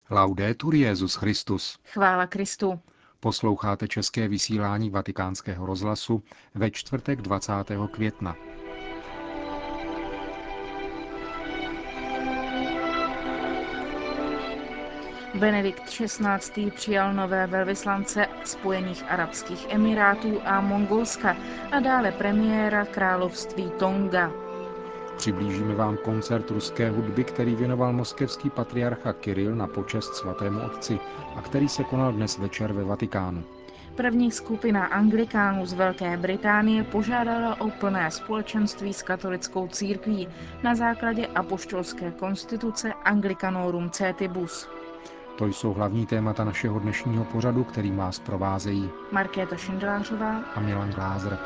Laudetur Jesus Christus. Chvála Kristu. Posloucháte české vysílání Vatikánského rozhlasu ve čtvrtek 20. května. Benedikt XVI. Přijal nové velvyslance Spojených arabských emirátů a Mongolska a dále premiéra království Tonga. Přiblížíme vám koncert ruské hudby, který věnoval moskevský patriarcha Kiril na počest svatému otci a který se konal dnes večer ve Vatikánu. První skupina anglikánů z Velké Británie požádala o plné společenství s katolickou církví na základě apoštolské konstituce Anglicanorum Cetibus. To jsou hlavní témata našeho dnešního pořadu, který vás provázejí Markéta Šindlářová a Milan Glázer.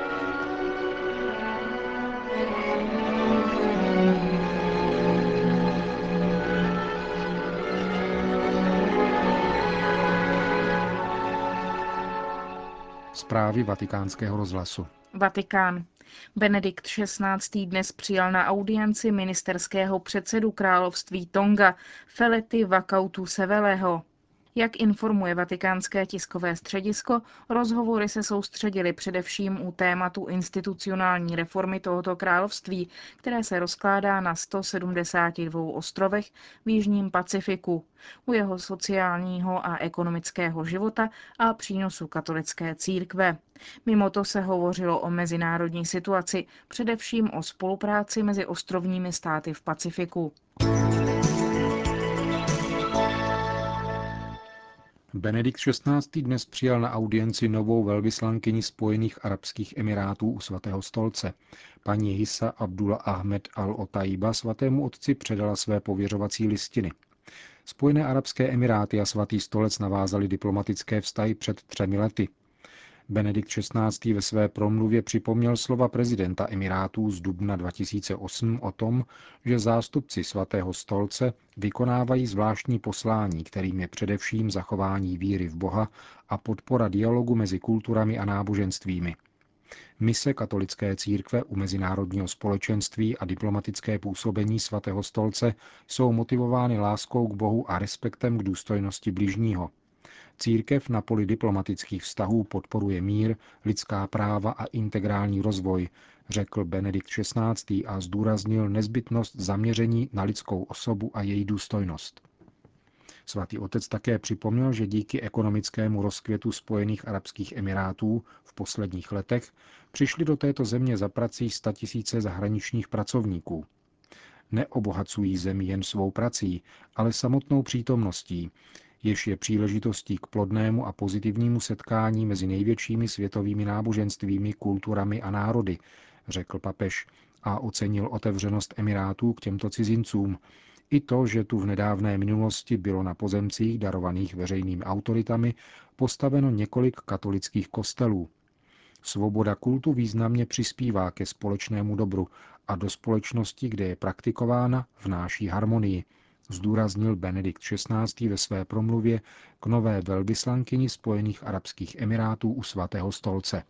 Zprávy Vatikánského rozhlasu. Vatikán. Benedikt XVI. Dnes přijal na audienci ministerského předsedu království Tonga Feletti Vakautu Seveleho. Jak informuje vatikánské tiskové středisko, rozhovory se soustředily především u tématu institucionální reformy tohoto království, které se rozkládá na 172 ostrovech v Jižním Pacifiku, u jeho sociálního a ekonomického života a přínosu katolické církve. Mimo to se hovořilo o mezinárodní situaci, především o spolupráci mezi ostrovními státy v Pacifiku. Benedikt XVI. Dnes přijal na audienci novou velvyslankyni Spojených arabských emirátů u svatého stolce. Paní Hissa Abdullah Ahmed al-Otaiba svatému otci předala své pověřovací listiny. Spojené arabské emiráty a svatý stolec navázali diplomatické vztahy před 3 lety. Benedikt XVI. Ve své promluvě připomněl slova prezidenta Emirátů z dubna 2008 o tom, že zástupci svatého stolce vykonávají zvláštní poslání, kterým je především zachování víry v Boha a podpora dialogu mezi kulturami a náboženstvími. Mise katolické církve u mezinárodního společenství a diplomatické působení svatého stolce jsou motivovány láskou k Bohu a respektem k důstojnosti bližního. Církev na poli diplomatických vztahů podporuje mír, lidská práva a integrální rozvoj, řekl Benedikt XVI. A zdůraznil nezbytnost zaměření na lidskou osobu a její důstojnost. Svatý otec také připomněl, že díky ekonomickému rozkvětu Spojených arabských emirátů v posledních letech přišli do této země za prací 100 000 zahraničních pracovníků. Neobohacují zemi jen svou prací, ale samotnou přítomností, jež je příležitostí k plodnému a pozitivnímu setkání mezi největšími světovými náboženstvími, kulturami a národy, řekl papež a ocenil otevřenost Emirátů k těmto cizincům. I to, že tu v nedávné minulosti bylo na pozemcích darovaných veřejnými autoritami postaveno několik katolických kostelů. Svoboda kultu významně přispívá ke společnému dobru a do společnosti, kde je praktikována, vnáší harmonii, zdůraznil Benedikt XVI. Ve své promluvě k nové velvyslankyni Spojených arabských emirátů u svatého stolce.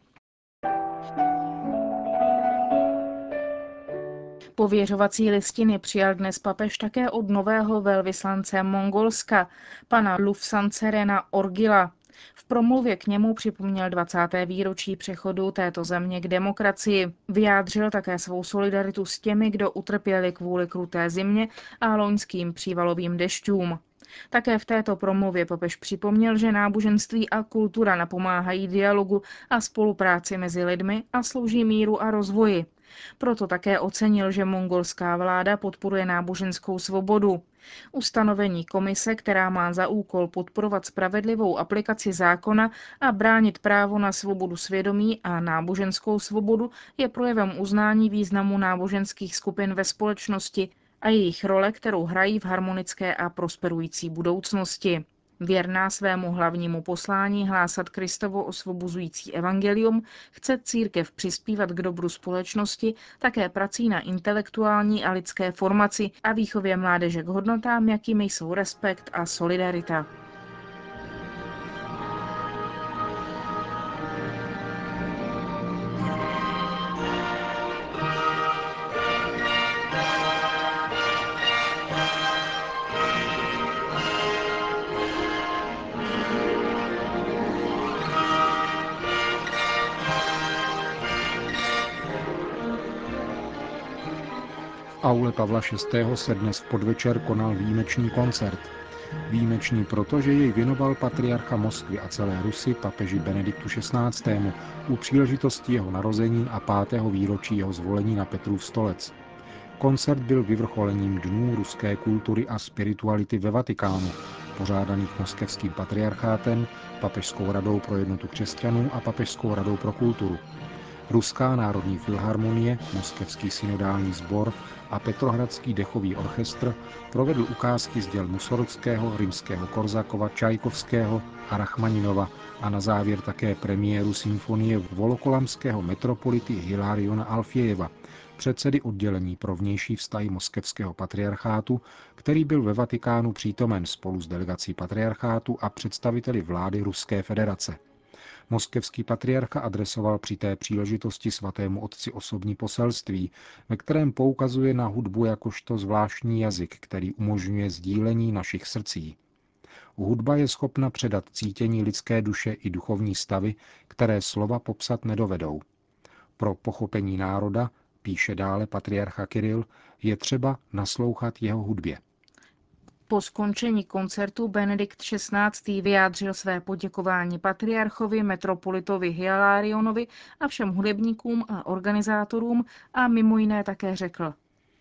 Pověřovací listiny přijal dnes papež také od nového velvyslance Mongolska, pana Lufsancerena Orgila. V promluvě k němu připomněl 20. výročí přechodu této země k demokracii. Vyjádřil také svou solidaritu s těmi, kdo utrpěli kvůli kruté zimě a loňským přívalovým dešťům. Také v této promluvě papež připomněl, že náboženství a kultura napomáhají dialogu a spolupráci mezi lidmi a slouží míru a rozvoji. Proto také ocenil, že mongolská vláda podporuje náboženskou svobodu. Ustanovení komise, která má za úkol podporovat spravedlivou aplikaci zákona a bránit právo na svobodu svědomí a náboženskou svobodu, je projevem uznání významu náboženských skupin ve společnosti a jejich role, kterou hrají v harmonické a prosperující budoucnosti. Věrná svému hlavnímu poslání hlásat Kristovo osvobozující evangelium, chce církev přispívat k dobru společnosti také prací na intelektuální a lidské formaci a výchově mládeže k hodnotám, jakými jsou respekt a solidarita. aule Pavla VI. Se dnes v podvečer konal výjimečný koncert. Výjimečný proto, že jej věnoval patriarcha Moskvy a celé Rusy papeži Benediktu XVI. U příležitosti jeho narození a 5. výročí jeho zvolení na Petrův stolec. Koncert byl vyvrcholením dnů ruské kultury a spirituality ve Vatikánu, pořádaných moskevským patriarchátem, Papežskou radou pro jednotu křesťanů a Papežskou radou pro kulturu. Ruská národní filharmonie, Moskevský synodální sbor a Petrohradský dechový orchestr provedl ukázky z děl Musorgského, Rimského Korsakova, Čajkovského a Rachmaninova a na závěr také premiéru symfonie volokolamského metropolity Hilariona Alfiejeva, předsedy oddělení pro vnější vztahy moskevského patriarchátu, který byl ve Vatikánu přítomen spolu s delegací patriarchátu a představiteli vlády Ruské federace. Moskevský patriarcha adresoval při té příležitosti svatému otci osobní poselství, ve kterém poukazuje na hudbu jakožto zvláštní jazyk, který umožňuje sdílení našich srdcí. Hudba je schopna předat cítění lidské duše i duchovní stavy, které slova popsat nedovedou. Pro pochopení národa, píše dále patriarcha Kiril, je třeba naslouchat jeho hudbě. Po skončení koncertu Benedikt XVI. Vyjádřil své poděkování patriarchovi, metropolitovi Hilarionovi a všem hudebníkům a organizátorům a mimo jiné také řekl: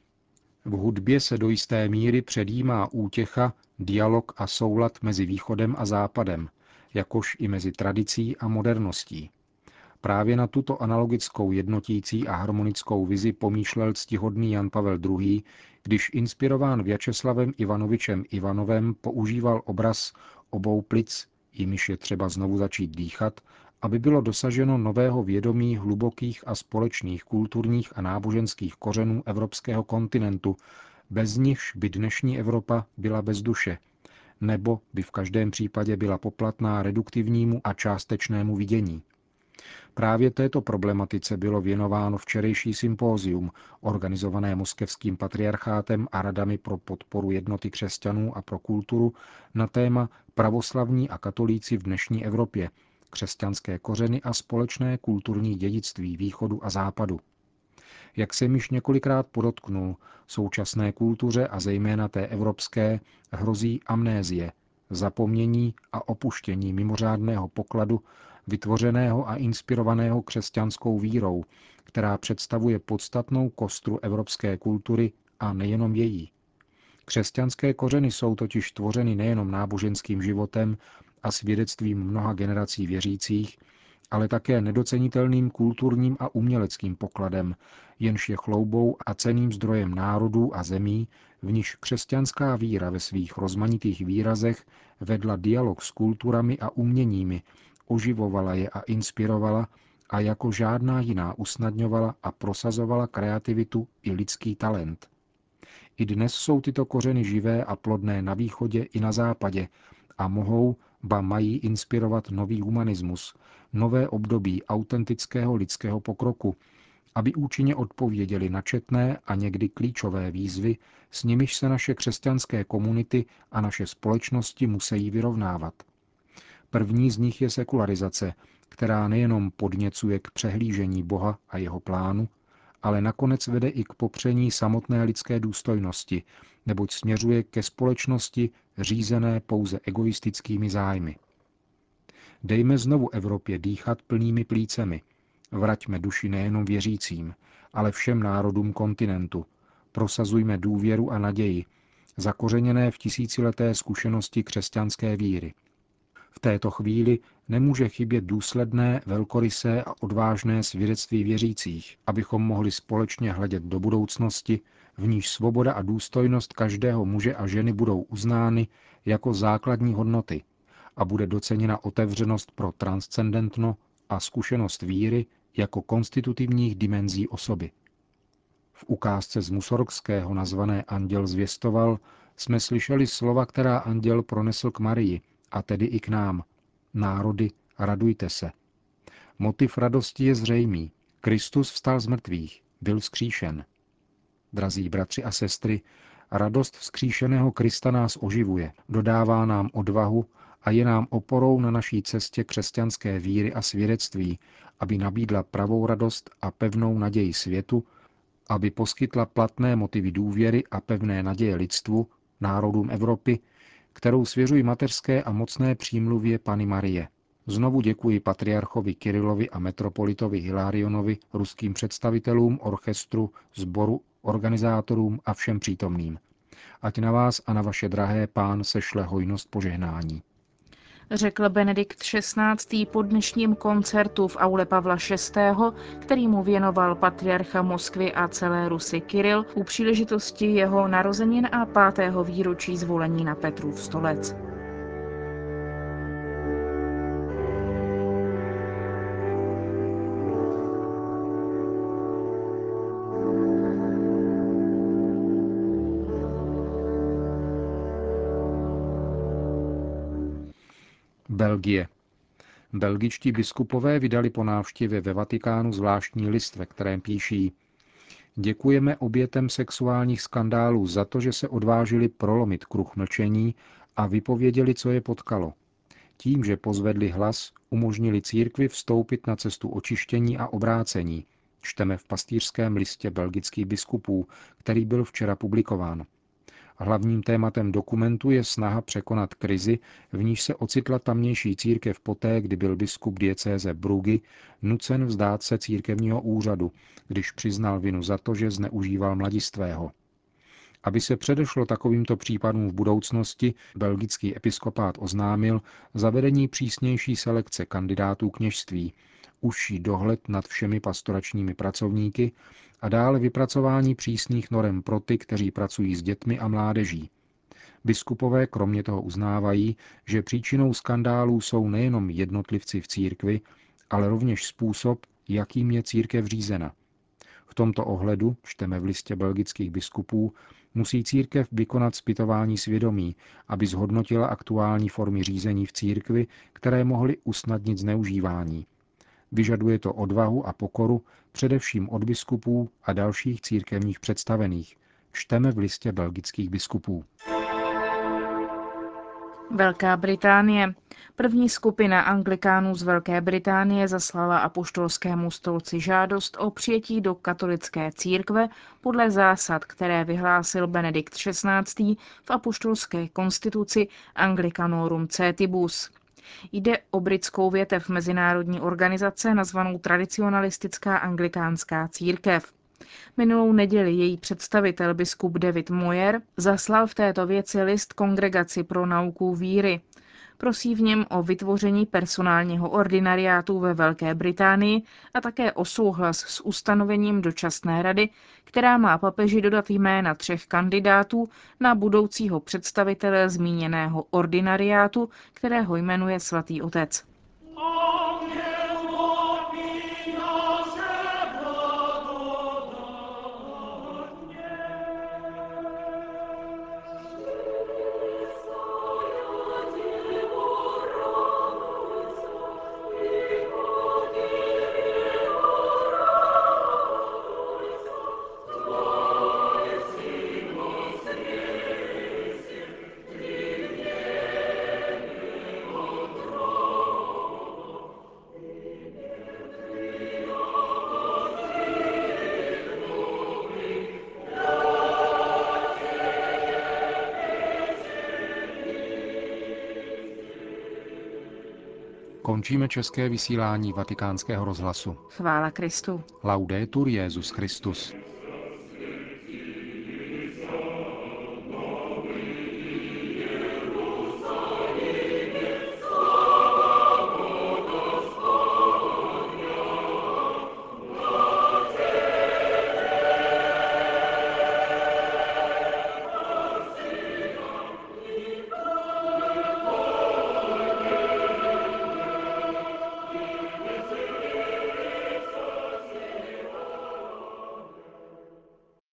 V hudbě se do jisté míry předjímá útěcha, dialog a soulad mezi východem a západem, jakož i mezi tradicí a moderností. Právě na tuto analogickou jednotící a harmonickou vizi pomýšlel ctihodný Jan Pavel II., když inspirován Vjačeslavem Ivanovičem Ivanovem používal obraz obou plic, jimiž je třeba znovu začít dýchat, aby bylo dosaženo nového vědomí hlubokých a společných kulturních a náboženských kořenů evropského kontinentu, bez nichž by dnešní Evropa byla bez duše, nebo by v každém případě byla poplatná reduktivnímu a částečnému vidění. Právě této problematice bylo věnováno včerejší sympózium, organizované moskevským patriarchátem a radami pro podporu jednoty křesťanů a pro kulturu na téma Pravoslavní a katolíci v dnešní Evropě, křesťanské kořeny a společné kulturní dědictví východu a západu. Jak jsem již několikrát podotknul, současné kultuře a zejména té evropské hrozí amnézie, zapomnění a opuštění mimořádného pokladu, vytvořeného a inspirovaného křesťanskou vírou, která představuje podstatnou kostru evropské kultury a nejenom její. Křesťanské kořeny jsou totiž tvořeny nejenom náboženským životem a svědectvím mnoha generací věřících, ale také nedocenitelným kulturním a uměleckým pokladem, jenž je chloubou a cenným zdrojem národů a zemí, v nichž křesťanská víra ve svých rozmanitých výrazech vedla dialog s kulturami a uměními, oživovala je a inspirovala a jako žádná jiná usnadňovala a prosazovala kreativitu i lidský talent. I dnes jsou tyto kořeny živé a plodné na východě i na západě a mohou, ba mají inspirovat nový humanismus, nové období autentického lidského pokroku, aby účinně odpověděli na četné a někdy klíčové výzvy, s nimiž se naše křesťanské komunity a naše společnosti musí vyrovnávat. První z nich je sekularizace, která nejenom podněcuje k přehlížení Boha a jeho plánu, ale nakonec vede i k popření samotné lidské důstojnosti, neboť směřuje ke společnosti řízené pouze egoistickými zájmy. Dejme znovu Evropě dýchat plnými plícemi, vraťme duši nejenom věřícím, ale všem národům kontinentu, prosazujme důvěru a naději, zakořeněné v tisícileté zkušenosti křesťanské víry. V této chvíli nemůže chybět důsledné, velkorysé a odvážné svědectví věřících, abychom mohli společně hledět do budoucnosti, v níž svoboda a důstojnost každého muže a ženy budou uznány jako základní hodnoty a bude doceněna otevřenost pro transcendentno a zkušenost víry jako konstitutivních dimenzí osoby. V ukázce z Musorgského nazvané Anděl zvěstoval jsme slyšeli slova, která anděl pronesl k Marii, a tedy i k nám. Národy, radujte se. Motiv radosti je zřejmý. Kristus vstal z mrtvých, byl vzkříšen. Drazí bratři a sestry, radost vzkříšeného Krista nás oživuje, dodává nám odvahu a je nám oporou na naší cestě křesťanské víry a svědectví, aby nabídla pravou radost a pevnou naději světu aby poskytla platné motivy důvěry a pevné naděje lidstvu, národům Evropy, kterou svěřuji mateřské a mocné přímluvě Panny Marie. Znovu děkuji patriarchovi Kyrilovi a metropolitovi Hilárionovi, ruským představitelům, orchestru, sboru, organizátorům a všem přítomným. Ať na vás a na vaše drahé Pán sešle hojnost požehnání. Řekl Benedikt XVI. Po dnešním koncertu v aule Pavla VI., který mu věnoval patriarcha Moskvy a celé Rusy Kiril u příležitosti jeho narozenin a 5. výročí zvolení na Petrův stolec. Belgie. Belgičtí biskupové vydali po návštěvě ve Vatikánu zvláštní list, ve kterém píší: Děkujeme obětem sexuálních skandálů za to, že se odvážili prolomit kruh mlčení a vypověděli, co je potkalo. Tím, že pozvedli hlas, umožnili církvi vstoupit na cestu očištění a obrácení, čteme v pastýřském listě belgických biskupů, který byl včera publikován. Hlavním tématem dokumentu je snaha překonat krizi, v níž se ocitla tamnější církev poté, kdy byl biskup diecéze Bruggy nucen vzdát se církevního úřadu, když přiznal vinu za to, že zneužíval mladistvého. Aby se předešlo takovýmto případům v budoucnosti, belgický episkopát oznámil zavedení přísnější selekce kandidátů kněžství, užší dohled nad všemi pastoračními pracovníky a dále vypracování přísných norem pro ty, kteří pracují s dětmi a mládeží. Biskupové kromě toho uznávají, že příčinou skandálů jsou nejenom jednotlivci v církvi, ale rovněž způsob, jakým je církev řízena. V tomto ohledu, čteme v listě belgických biskupů, musí církev vykonat zpytování svědomí, aby zhodnotila aktuální formy řízení v církvi, které mohly usnadnit zneužívání. Vyžaduje to odvahu a pokoru především od biskupů a dalších církevních představených, čteme v listě belgických biskupů. Velká Británie. První skupina anglikánů z Velké Británie zaslala apoštolskému stolci žádost o přijetí do katolické církve podle zásad, které vyhlásil Benedikt XVI. V apoštolské konstituci Anglicanorum Coetibus. Jde o britskou větev mezinárodní organizace nazvanou Tradicionalistická anglikánská církev. Minulou neděli její představitel biskup David Moyer zaslal v této věci list Kongregaci pro nauku víry. Prosí v něm o vytvoření personálního ordinariátu ve Velké Británii a také o souhlas s ustanovením dočasné rady, která má papeži dodat jména 3 kandidátů na budoucího představitele zmíněného ordinariátu, kterého jmenuje Svatý Otec. Končíme české vysílání Vatikánského rozhlasu. Chvála Kristu. Laudetur Jesus Christus.